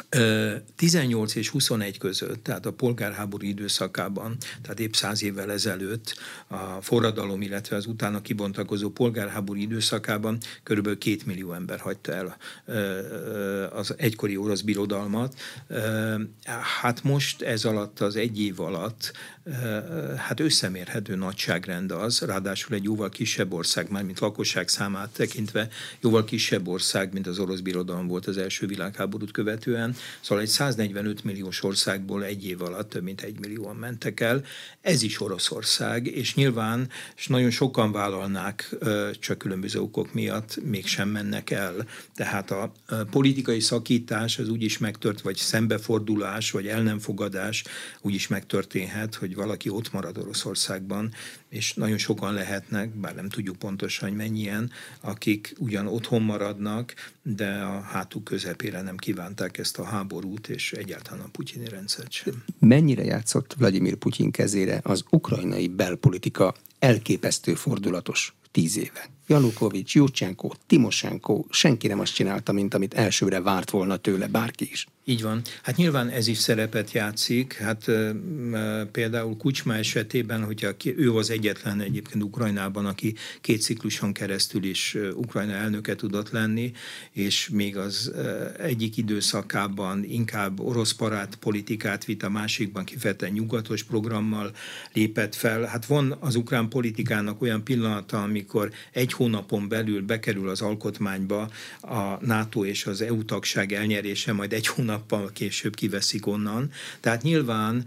18 és 21 között, tehát a polgárháború időszakában, tehát épp 100 évvel ezelőtt a forradalom, illetve az utána kibontakozó polgárháború időszakában körülbelül 2 millió ember hagyta el az egykori orosz birodalmat. Hát most ez alatt, az egy év alatt, hát összemérhető nagyságrend az, ráadásul egy jóval kisebb ország, már mint lakosság számát tekintve, jóval kisebb ország, mint az orosz birodalom volt az első világháborút követően. Szóval egy 145 milliós országból egy év alatt több mint 1 millióan mentek el. Ez is Oroszország, és nyilván, és nagyon sokan vállalnák, csak különböző okok miatt mégsem mennek el. Tehát a politikai szakítás az úgy is megtört, vagy szembefordulás, vagy el nem fogadás úgy is megtörténhet, hogy valaki ott marad Oroszországban, és nagyon sokan lehetnek, bár nem tudjuk pontosan, hogy mennyien, akik ugyan otthon maradnak, de a hátuk közepére nem kívánták ezt a háborút, és egyáltalán a putyini rendszert sem. Mennyire játszott Vladimir Putyin kezére az ukrajnai belpolitika elképesztő fordulatos 10 éve? Janukovics, Jucsenko, Timosenko, senki nem azt csinálta, mint amit elsőre várt volna tőle bárki is. Így van. Hát nyilván ez is szerepet játszik. Hát például Kucsma esetében, hogyha ő az egyetlen egyébként Ukrajnában, aki 2 cikluson keresztül is Ukrajna elnöke tudott lenni, és még az egyik időszakában inkább orosz barát politikát vitt, a másikban kifejezetten nyugatos programmal lépett fel. Hát van az ukrán politikának olyan pillanata, amikor egy hónapon belül bekerül az alkotmányba a NATO és az EU tagság elnyerése, majd egy hónappal később kiveszik onnan. Tehát nyilván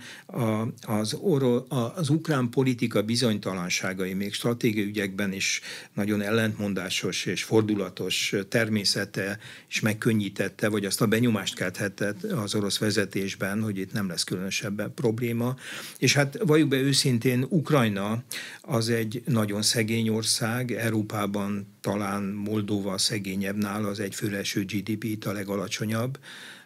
az ukrán politika bizonytalanságai még stratégiai ügyekben is nagyon ellentmondásos és fordulatos természete is megkönnyítette, vagy azt a benyomást kelthette az orosz vezetésben, hogy itt nem lesz különösebben probléma. És hát valljuk be őszintén, Ukrajna az egy nagyon szegény ország, Európában talán Moldova szegényebb, nála az egyfőre eső GDP itt a legalacsonyabb.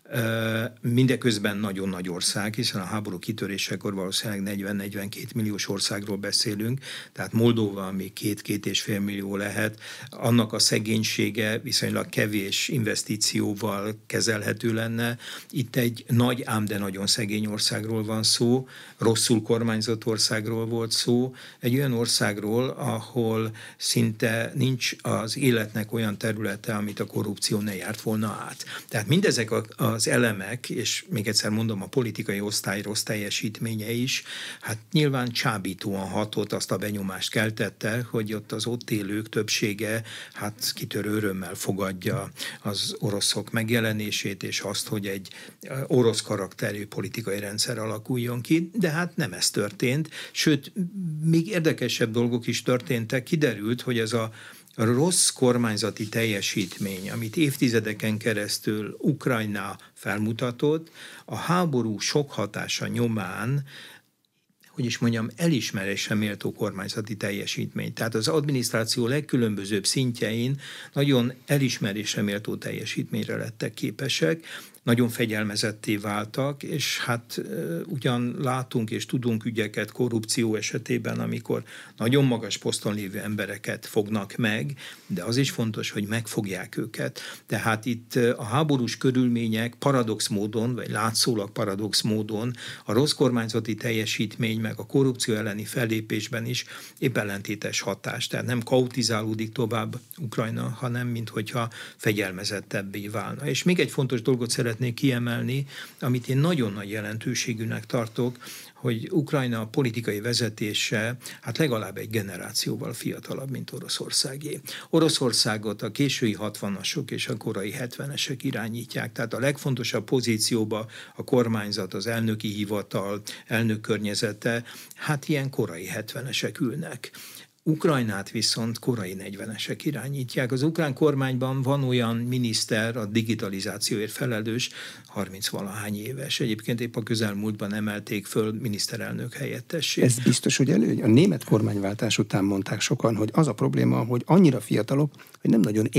Mindeközben nagyon nagy ország, hiszen a háború kitörésekor valószínűleg 40-42 milliós országról beszélünk, tehát Moldova még 2-2,5 millió lehet, annak a szegénysége viszonylag kevés investícióval kezelhető lenne. Itt egy nagy, ám de nagyon szegény országról van szó, rosszul kormányzott országról volt szó, egy olyan országról, ahol szinte nincs az életnek olyan területe, amit a korrupció ne járt volna át. Tehát mindezek az elemek, és még egyszer mondom, a politikai osztály rossz teljesítménye is, hát nyilván csábítóan hatott, azt a benyomást keltette, hogy az ott élők többsége hát kitörő örömmel fogadja az oroszok megjelenését, és azt, hogy egy orosz karakterű politikai rendszer alakuljon ki, de hát nem ez történt. Sőt, még érdekesebb dolgok is történtek, kiderült, hogy ez a rossz kormányzati teljesítmény, amit évtizedeken keresztül Ukrajna felmutatott, a háború sok hatása nyomán, hogy is mondjam, elismerésre méltó kormányzati teljesítmény. Tehát az adminisztráció legkülönbözőbb szintjein nagyon elismerésre méltó teljesítményre lettek képesek, nagyon fegyelmezetté váltak, és hát ugyan látunk és tudunk ügyeket korrupció esetében, amikor nagyon magas poszton lévő embereket fognak meg, de az is fontos, hogy megfogják őket. Tehát itt a háborús körülmények paradox módon, vagy látszólag paradox módon a rossz kormányzati teljesítmény meg a korrupció elleni fellépésben is épp ellentétes hatás. Tehát nem kaotizálódik tovább Ukrajna, hanem minthogyha fegyelmezettebbé válna. És még egy fontos dolgot szeretnék kiemelni, amit én nagyon nagy jelentőségűnek tartok, hogy Ukrajna politikai vezetése hát legalább egy generációval fiatalabb, mint Oroszországé. Oroszországot a késői 60-asok és a korai 70-esek irányítják, tehát a legfontosabb pozícióba a kormányzat, az elnöki hivatal, elnök környezete, hát ilyen korai 70-esek ülnek. Ukrajnát viszont korai 40-esek irányítják. Az ukrán kormányban van olyan miniszter, a digitalizációért felelős, 30-valahány éves. Egyébként épp a közelmúltban emelték föl miniszterelnök helyettessé. Ez biztos, hogy előny. A német kormányváltás után mondták sokan, hogy az a probléma, hogy annyira fiatalok, hogy nem nagyon értik,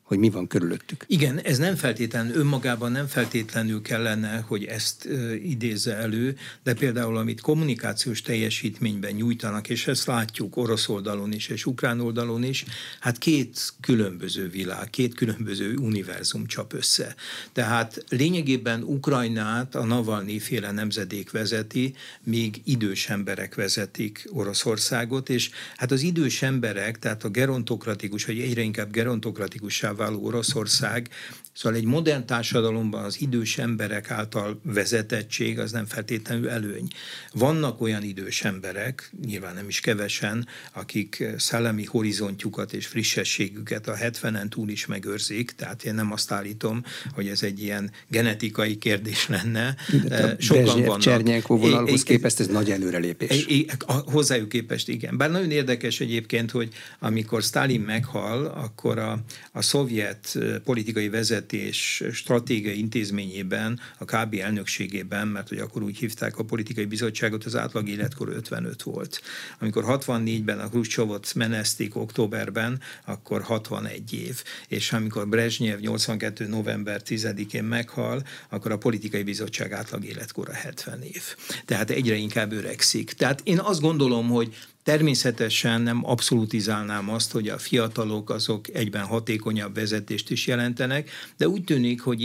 hogy mi van körülöttük. Igen, ez nem feltétlenül, önmagában nem feltétlenül kellene, hogy ezt idézze elő, de például amit kommunikációs teljesítményben nyújtanak, és ezt látjuk orosz oldalon is, és ukrán oldalon is, hát két különböző világ, két különböző univerzum csap össze. Tehát lényegében Ukrajnát a Navalnyi-féle nemzedék vezeti, míg idős emberek vezetik Oroszországot, és hát az idős emberek, tehát a gerontokratikus, vagy egyre inkább gerontokratikussá váló Oroszország, szóval egy modern társadalomban az idős emberek által vezetettség az nem feltétlenül előny. Vannak olyan idős emberek, nyilván nem is kevesen, akik szellemi horizontjukat és frissességüket a 70-en túl is megőrzik, tehát én nem azt állítom, hogy ez egy ilyen genetikai kérdés lenne. Sokan vannak. Csernyenkó vonalhoz képest ez nagy előrelépés. Hozzájuk képest igen. Bár nagyon érdekes egyébként, hogy amikor Sztálin meghal, akkor a szovjet politikai vezetés stratégiai intézményében, a KB elnökségében, mert hogy akkor úgy hívták a politikai bizottságot, az átlag életkor 55 volt. Amikor 64-ben a Hruscsovot menesztik októberben, akkor 61 év. És amikor Brezsnyev 82. november 10-én meghal, akkor a politikai bizottság átlag életkora 70 év. Tehát egyre inkább öregszik. Tehát én azt gondolom, hogy természetesen nem abszolutizálnám azt, hogy a fiatalok azok egyben hatékonyabb vezetést is jelentenek, de úgy tűnik, hogy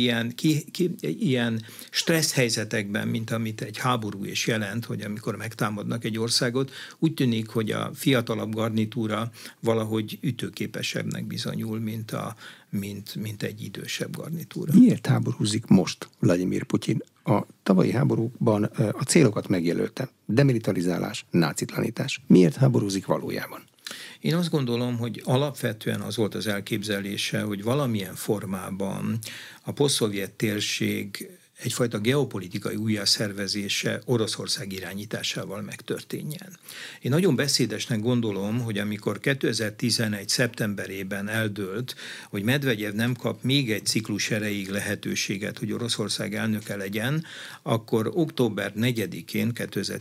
ilyen stressz helyzetekben, mint amit egy háború is jelent, hogy amikor megtámadnak egy országot, úgy tűnik, hogy a fiatalabb garnitúra valahogy ütőképesebbnek bizonyul, mint egy idősebb garnitúra. Miért háborúzik most Vladimir Putyin? A tavalyi háborúban a célokat megjelölte. Demilitarizálás, nácitlanítás. Miért háborúzik valójában? Én azt gondolom, hogy alapvetően az volt az elképzelése, hogy valamilyen formában a posztszovjet térség egyfajta geopolitikai újjászervezése Oroszország irányításával megtörténjen. Én nagyon beszédesnek gondolom, hogy amikor 2011. szeptemberében eldőlt, hogy Medvegyev nem kap még egy ciklus erejéig lehetőséget, hogy Oroszország elnöke legyen, akkor október 4-én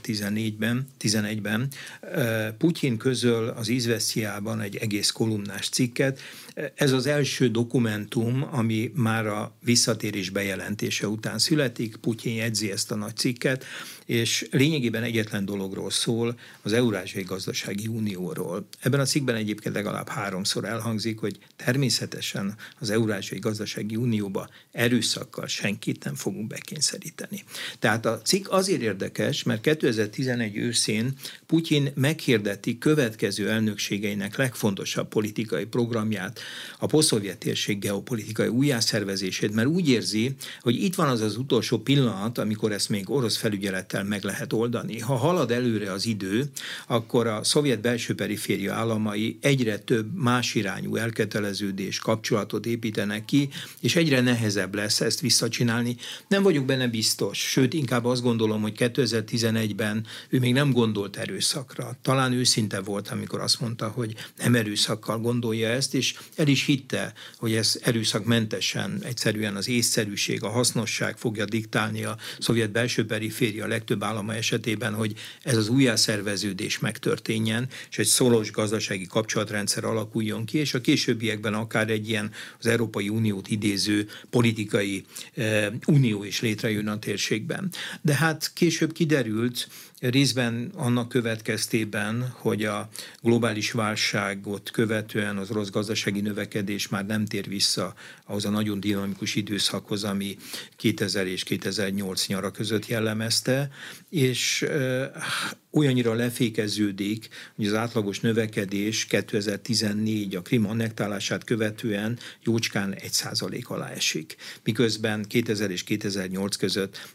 2011-ben Putyin közöl az Izvesztijában egy egész kolumnás cikket. Ez az első dokumentum, ami már a visszatérés bejelentése után születik, Putyin jegyzi ezt a nagy cikket, és lényegében egyetlen dologról szól, az Eurázsiai Gazdasági Unióról. Ebben a cikkben egyébként legalább 3-szor elhangzik, hogy természetesen az Eurázsiai Gazdasági Unióba erőszakkal senkit nem fogunk bekényszeríteni. Tehát a cikk azért érdekes, mert 2011 őszén Putyin meghirdeti következő elnökségeinek legfontosabb politikai programját, a posztszovjet térség geopolitikai újjászervezését, mert úgy érzi, hogy itt van az utolsó pillanat, amikor ezt még orosz felügyelettel meg lehet oldani. Ha halad előre az idő, akkor a szovjet belső periféria államai egyre több más irányú elköteleződés, kapcsolatot építenek ki, és egyre nehezebb lesz ezt visszacsinálni. Nem vagyok benne biztos, sőt inkább azt gondolom, hogy 2011-ben ő még nem gondolt erőszakra. Talán őszinte volt, amikor azt mondta, hogy nem erőszakkal gondolja ezt, és el is hitte, hogy ez erőszakmentesen, egyszerűen az észszerűség, a hasznosság fogja diktálni a szovjet belső periféria legtöbb állama esetében, hogy ez az újjászerveződés megtörténjen, és egy szoros gazdasági kapcsolatrendszer alakuljon ki, és a későbbiekben akár egy ilyen az Európai Uniót idéző politikai unió is létrejön a térségben. De hát később kiderült, részben annak következtében, hogy a globális válságot követően az orosz gazdasági növekedés már nem tér vissza ahhoz a nagyon dinamikus időszakhoz, ami 2000 és 2008 nyara között jellemezte, és olyannyira lefékeződik, hogy az átlagos növekedés 2014 a Krím annektálását követően jócskán 1% alá esik, miközben 2000 és 2008 között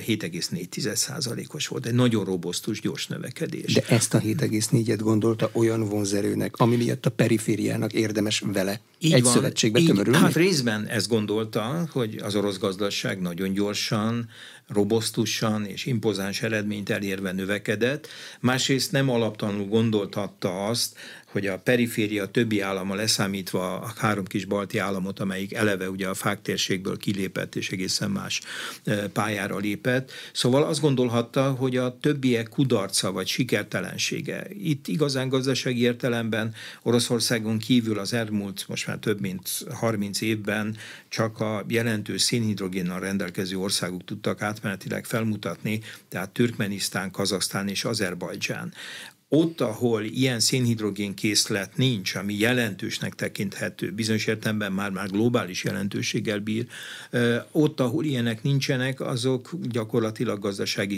7,4%-os volt. Egy nagyon robosztus, gyors növekedés. De ezt a 7,4-et gondolta olyan vonzerőnek, ami miatt a perifériának érdemes vele szövetségbe tömörülni? Hát részben ezt gondolta, hogy az orosz gazdaság nagyon gyorsan, robosztusan és impozáns eredményt elérve növekedett. Másrészt nem alaptalanul gondolhatta azt, hogy a periféria többi állama leszámítva a 3 kis balti államot, amelyik eleve ugye a fák térségből kilépett és egészen más pályára lépett. Szóval azt gondolhatta, hogy a többiek kudarca vagy sikertelensége. Itt igazán gazdasági értelemben Oroszországon kívül az elmúlt most már több mint 30 évben csak a jelentős szénhidrogénnal rendelkező országok tudtak átmenetileg felmutatni, tehát Türkmenisztán, Kazahsztán és Azerbajdzsán. Ott, ahol ilyen szénhidrogén készlet nincs, ami jelentősnek tekinthető, bizonyos értelemben már globális jelentőséggel bír, ott, ahol ilyenek nincsenek, azok gyakorlatilag gazdasági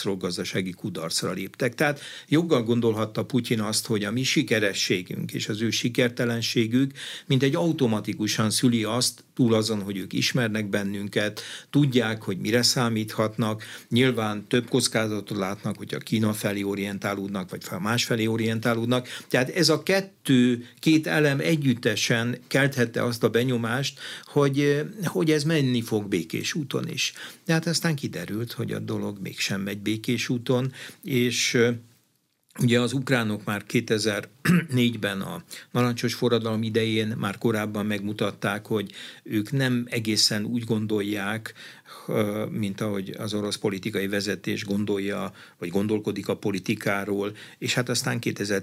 kudarcra léptek. Tehát joggal gondolhatta Putyin azt, hogy a mi sikerességünk és az ő sikertelenségük mintegy automatikusan szüli azt, túl azon, hogy ők ismernek bennünket, tudják, hogy mire számíthatnak, nyilván több kockázatot látnak, hogyha Kína felé orientálódnak, vagy másfelé orientálódnak. Tehát ez a két elem együttesen kelthette azt a benyomást, hogy ez menni fog békés úton is. De hát aztán kiderült, hogy a dolog mégsem megy békés úton, és ugye az ukránok már 2004-ben a narancsos forradalom idején már korábban megmutatták, hogy ők nem egészen úgy gondolják, mint ahogy az orosz politikai vezetés gondolja, vagy gondolkodik a politikáról, és hát aztán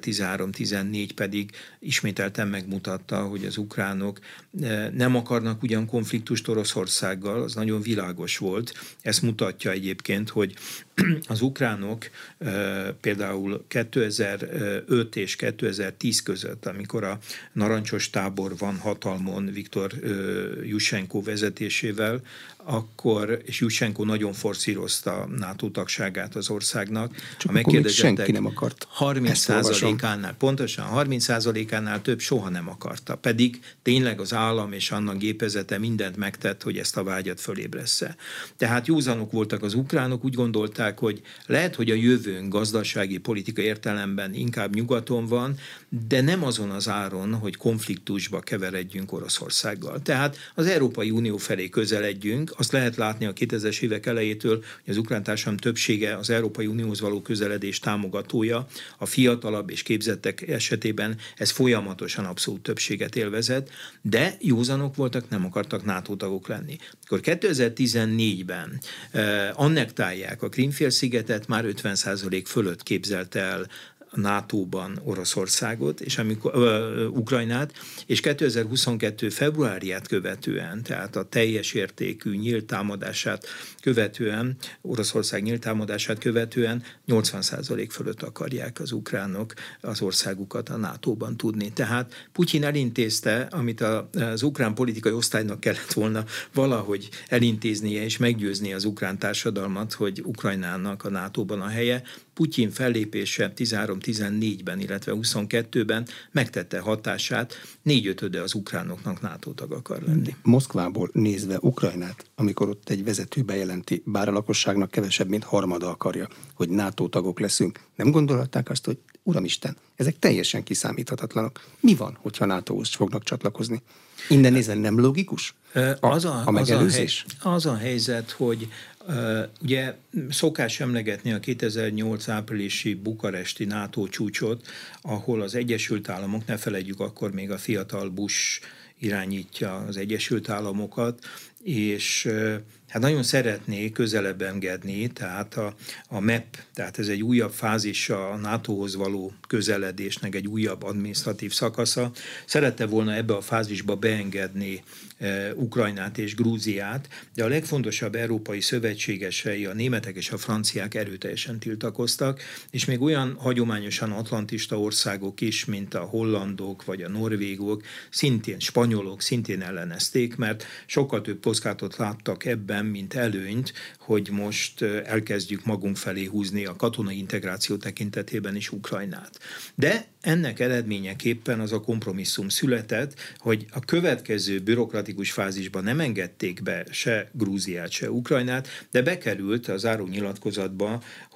2013-14 pedig ismételten megmutatta, hogy az ukránok nem akarnak ugyan konfliktust Oroszországgal, az nagyon világos volt. Ezt mutatja egyébként, hogy az ukránok például 2005 és 2010 között, amikor a narancsos tábor van hatalmon Viktor Jushchenko vezetésével, akkor, és Jushchenko nagyon forszírozta a NATO tagságát az országnak. Csak akkor még senki nem akart. 30%-ánál, pontosan 30%-ánál több soha nem akarta. Pedig tényleg az állam és annak gépezete mindent megtett, hogy ezt a vágyat fölébressze. Tehát józanok voltak az ukránok, úgy gondolták, hogy lehet, hogy a jövőnk gazdasági, politikai értelemben inkább nyugaton van, de nem azon az áron, hogy konfliktusba keveredjünk Oroszországgal. Tehát az Európai Unió felé közeledjünk. Azt lehet látni a 2000-es évek elejétől, hogy az ukrán társadalom többsége az Európai Unióhoz való közeledés támogatója. A fiatalabb és képzettek esetében ez folyamatosan abszolút többséget élvezett, de józanok voltak, nem akartak NATO tagok lenni. Akkor 2014-ben annektálják a Krím-félszigetet, már 50% fölött képzelte el a NATO-ban Oroszországot, és Ukrajnát, és 2022. februárját követően, tehát a teljes értékű nyílt támadását követően, Oroszország nyílt támadását követően 80% fölött akarják az ukránok az országukat a NATO-ban tudni. Tehát Putyin elintézte, amit az ukrán politikai osztálynak kellett volna valahogy elintéznie és meggyőzni az ukrán társadalmat, hogy Ukrajnának a NATO-ban a helye. Putyin fellépése 13-14-ben, illetve 22-ben megtette hatását, 4/5 az ukránoknak NATO tag akar lenni. Moszkvából nézve Ukrajnát, amikor ott egy vezető bejelenti, bár a lakosságnak kevesebb, mint harmada akarja, hogy NATO tagok leszünk, nem gondolhatták azt, hogy Uramisten, ezek teljesen kiszámíthatatlanok. Mi van, hogyha NATO-hoz fognak csatlakozni? Innen nézve nem logikus a megelőzés? Az a helyzet, hogy ugye szokás emlegetni a 2008 áprilisi bukaresti NATO csúcsot, ahol az Egyesült Államok, ne felejtjük, akkor még a fiatal Bush irányítja az Egyesült Államokat, és hát nagyon szeretné közelebb engedni, tehát a MEP, tehát ez egy újabb fázisa a NATO-hoz való közeledésnek, egy újabb adminisztratív szakasza. Szerette volna ebbe a fázisba beengedni Ukrajnát és Grúziát, de a legfontosabb európai szövetségesei, a németek és a franciák erőteljesen tiltakoztak, és még olyan hagyományosan atlantista országok is, mint a hollandok vagy a norvégok, szintén spanyolok szintén ellenezték, mert sokkal több kockázatot láttak ebben, mint előnyt, hogy most elkezdjük magunk felé húzni a katonai integráció tekintetében is Ukrajnát. De ennek eredményeképpen az a kompromisszum született, hogy a következő bürokratikus fázisban nem engedték be se Grúziát, se Ukrajnát, de bekerült a záró nyilatkozatba,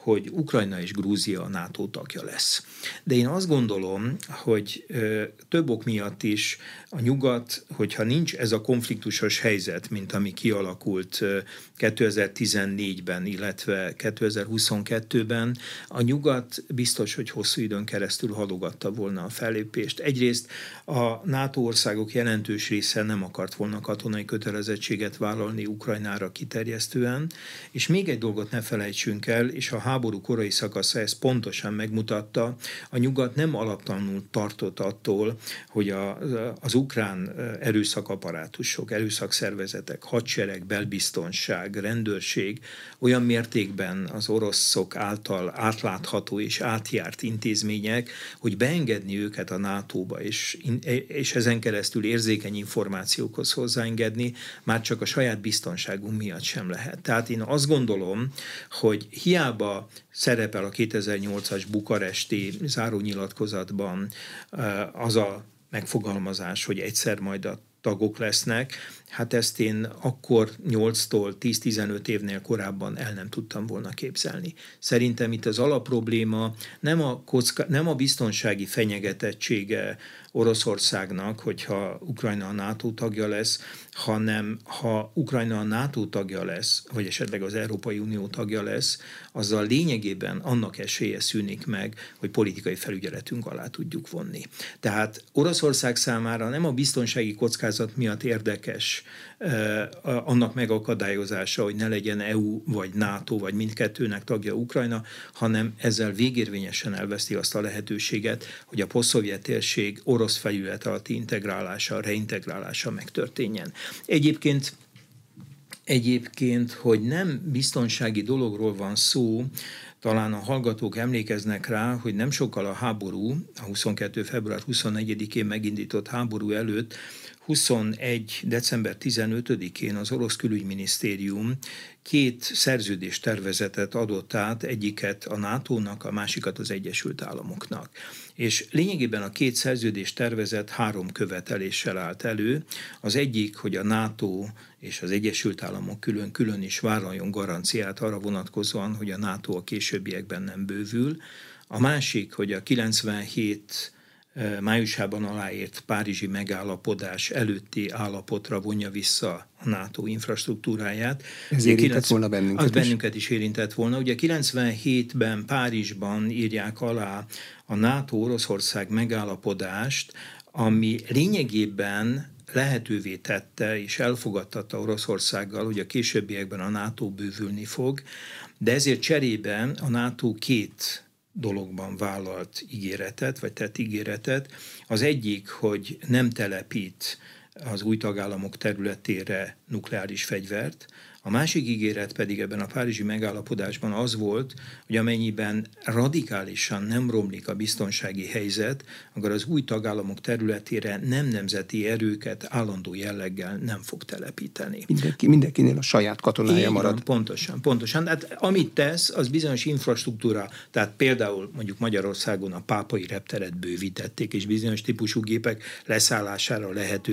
hogy Ukrajna és Grúzia a NATO tagja lesz. De én azt gondolom, hogy több ok miatt is a nyugat, hogyha nincs ez a konfliktusos helyzet, mint ami kialakult 2014-ben, illetve 2022-ben, a nyugat biztos, hogy hosszú időn keresztül halogatta volna a fellépést. Egyrészt a NATO országok jelentős része nem akart volna katonai kötelezettséget vállalni Ukrajnára kiterjesztően, és még egy dolgot ne felejtsünk el, és a háború korai szakasza ezt pontosan megmutatta, a nyugat nem alaptalanul tartott attól, hogy az ukrán erőszakaparátusok, erőszakszervezetek, hadsereg, belbiztonság, rendőrség olyan mértékben az oroszok által átlátható és átjárt intézmények, hogy beengedni őket a NATO-ba, és ezen keresztül érzékeny információkhoz hozzáengedni, már csak a saját biztonságunk miatt sem lehet. Tehát én azt gondolom, hogy hiába szerepel a 2008-as bukaresti zárónyilatkozatban az a megfogalmazás, hogy egyszer majd a tagok lesznek, hát ezt én akkor 8-tól 10-15 évnél korábban el nem tudtam volna képzelni. Szerintem itt az alapprobléma nem a biztonsági fenyegetettsége Oroszországnak, hogyha Ukrajna a NATO tagja lesz, hanem ha Ukrajna a NATO tagja lesz, vagy esetleg az Európai Unió tagja lesz, azzal lényegében annak esélye szűnik meg, hogy politikai felügyeletünk alá tudjuk vonni. Tehát Oroszország számára nem a biztonsági kockázat miatt érdekes annak megakadályozása, hogy ne legyen EU vagy NATO, vagy mindkettőnek tagja Ukrajna, hanem ezzel végérvényesen elveszti azt a lehetőséget, hogy a posztszovjet térség orosz felület alatti integrálása, reintegrálása megtörténjen. Egyébként, hogy nem biztonsági dologról van szó, talán a hallgatók emlékeznek rá, hogy nem sokkal a háború, a 22. február 24-én megindított háború előtt, 21. december 15-én az orosz külügyminisztérium 2 szerződéstervezetet adott át, egyiket a NATO-nak, a másikat az Egyesült Államoknak. És lényegében a 2 szerződéstervezet 3 követeléssel állt elő. Az egyik, hogy a NATO és az Egyesült Államok külön is vállaljon garanciát arra vonatkozóan, hogy a NATO a későbbiekben nem bővül. A másik, hogy a 97 májusában aláírt párizsi megállapodás előtti állapotra vonja vissza a NATO infrastruktúráját. Ez érintett volna bennünket is. Bennünket is érintett volna. Ugye 97-ben Párizsban írják alá a NATO-Oroszország megállapodást, ami lényegében lehetővé tette és elfogadtatta Oroszországgal, hogy a későbbiekben a NATO bővülni fog, de ezért cserébe a NATO 2 dologban vállalt ígéretet, vagy tett ígéretet. Az egyik, hogy nem telepít az új tagállamok területére nukleáris fegyvert, a másik ígéret pedig ebben a párizsi megállapodásban az volt, hogy amennyiben radikálisan nem romlik a biztonsági helyzet, akkor az új tagállamok területére nem nemzeti erőket állandó jelleggel nem fog telepíteni. Mindenkinél a saját katonája marad. Pontosan. Hát, amit tesz, az bizonyos infrastruktúra, tehát például mondjuk Magyarországon a Pápai repteret bővítették, és bizonyos típusú gépek leszállására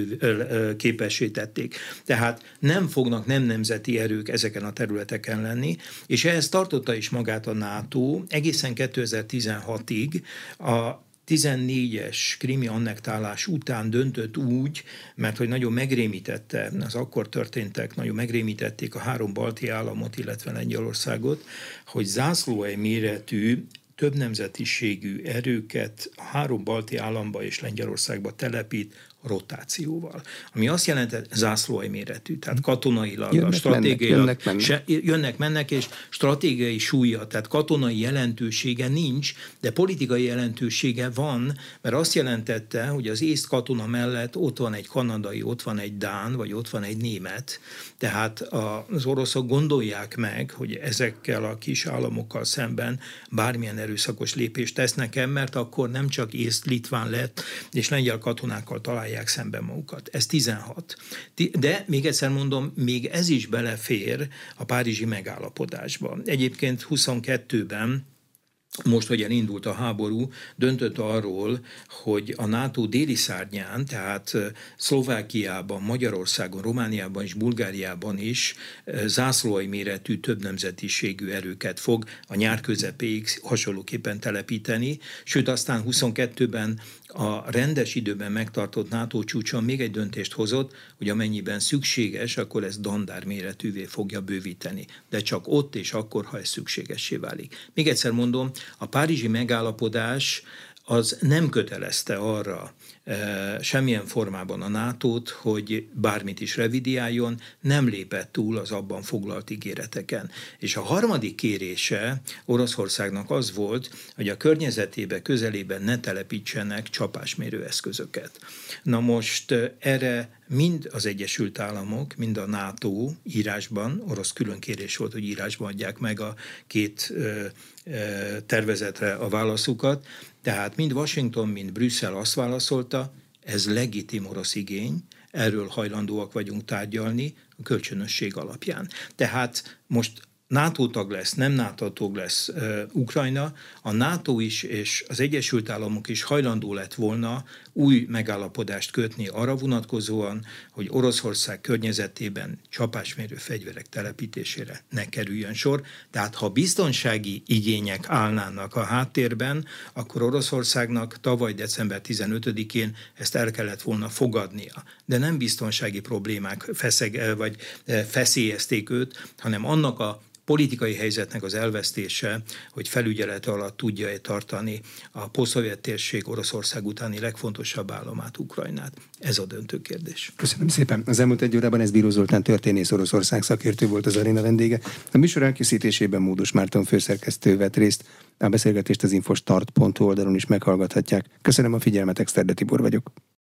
képessé tették. Tehát nem fognak nem nemzeti erők ezeken a területeken lenni, és ehhez tartotta is magát a NATO egészen 2016-ig. A 14-es krími annektálás után döntött úgy, mert hogy nagyon megrémítette, az akkor történtek, nagyon megrémítették a 3 balti államot, illetve Lengyelországot, hogy zászlóalj méretű több nemzetiségű erőket a 3 balti államba és Lengyelországba telepít rotációval. Ami azt jelenti, zászlóalj méretű, tehát katonailag, stratégiailag jönnek-mennek, és stratégiai súlya, tehát katonai jelentősége nincs, de politikai jelentősége van, mert azt jelentette, hogy az észt katona mellett ott van egy kanadai, ott van egy dán, vagy ott van egy német. Tehát az oroszok gondolják meg, hogy ezekkel a kis államokkal szemben bármilyen erőszakos lépést tesznek, mert akkor nem csak észt, litván, lett és lengyel katonákkal találják szemben magukat. Ez 16. De még egyszer mondom, még ez is belefér a párizsi megállapodásba. Egyébként 22-ben most, hogy elindult a háború, döntött arról, hogy a NATO déli szárnyán, tehát Szlovákiában, Magyarországon, Romániában és Bulgáriában is zászlóalj méretű több nemzetiségű erőket fog a nyár közepéig hasonlóképpen telepíteni, sőt aztán 22-ben a rendes időben megtartott NATO csúcson még egy döntést hozott, hogy amennyiben szükséges, akkor ezt dandár méretűvé fogja bővíteni. De csak ott és akkor, ha ez szükségessé válik. Még egyszer mondom, a párizsi megállapodás az nem kötelezte arra semmilyen formában a NATO-t, hogy bármit is revidiáljon, nem lépett túl az abban foglalt ígéreteken. És a harmadik kérése Oroszországnak az volt, hogy a környezetébe, közelében ne telepítsenek csapásmérő eszközöket. Na most erre mind az Egyesült Államok, mind a NATO írásban, orosz különkérés volt, hogy írásban adják meg a két tervezetre a válaszukat, tehát mind Washington, mind Brüsszel azt válaszolta, ez legitim orosz igény, erről hajlandóak vagyunk tárgyalni a kölcsönösség alapján. Tehát most NATO tag lesz, nem NATO tag lesz Ukrajna, a NATO is és az Egyesült Államok is hajlandó lett volna új megállapodást kötni arra vonatkozóan, hogy Oroszország környezetében csapásmérő fegyverek telepítésére ne kerüljön sor. Tehát ha biztonsági igények állnának a háttérben, akkor Oroszországnak tavaly december 15-én ezt el kellett volna fogadnia. De nem biztonsági problémák feszélyezték őt, hanem annak a politikai helyzetnek az elvesztése, hogy felügyelete alatt tudja tartani a posztszovjet térség Oroszország utáni legfontosabb államát, Ukrajnát. Ez a döntő kérdés. Köszönöm szépen. Az elmúlt egy órában ez Bíró Zoltán történész, Oroszország szakértő volt az aréna vendége. A műsor elkészítésében Módos Márton főszerkesztő vett részt. A beszélgetést az infostart.hu oldalon is meghallgathatják. Köszönöm a figyelmet, Exterde Tibor vagyok.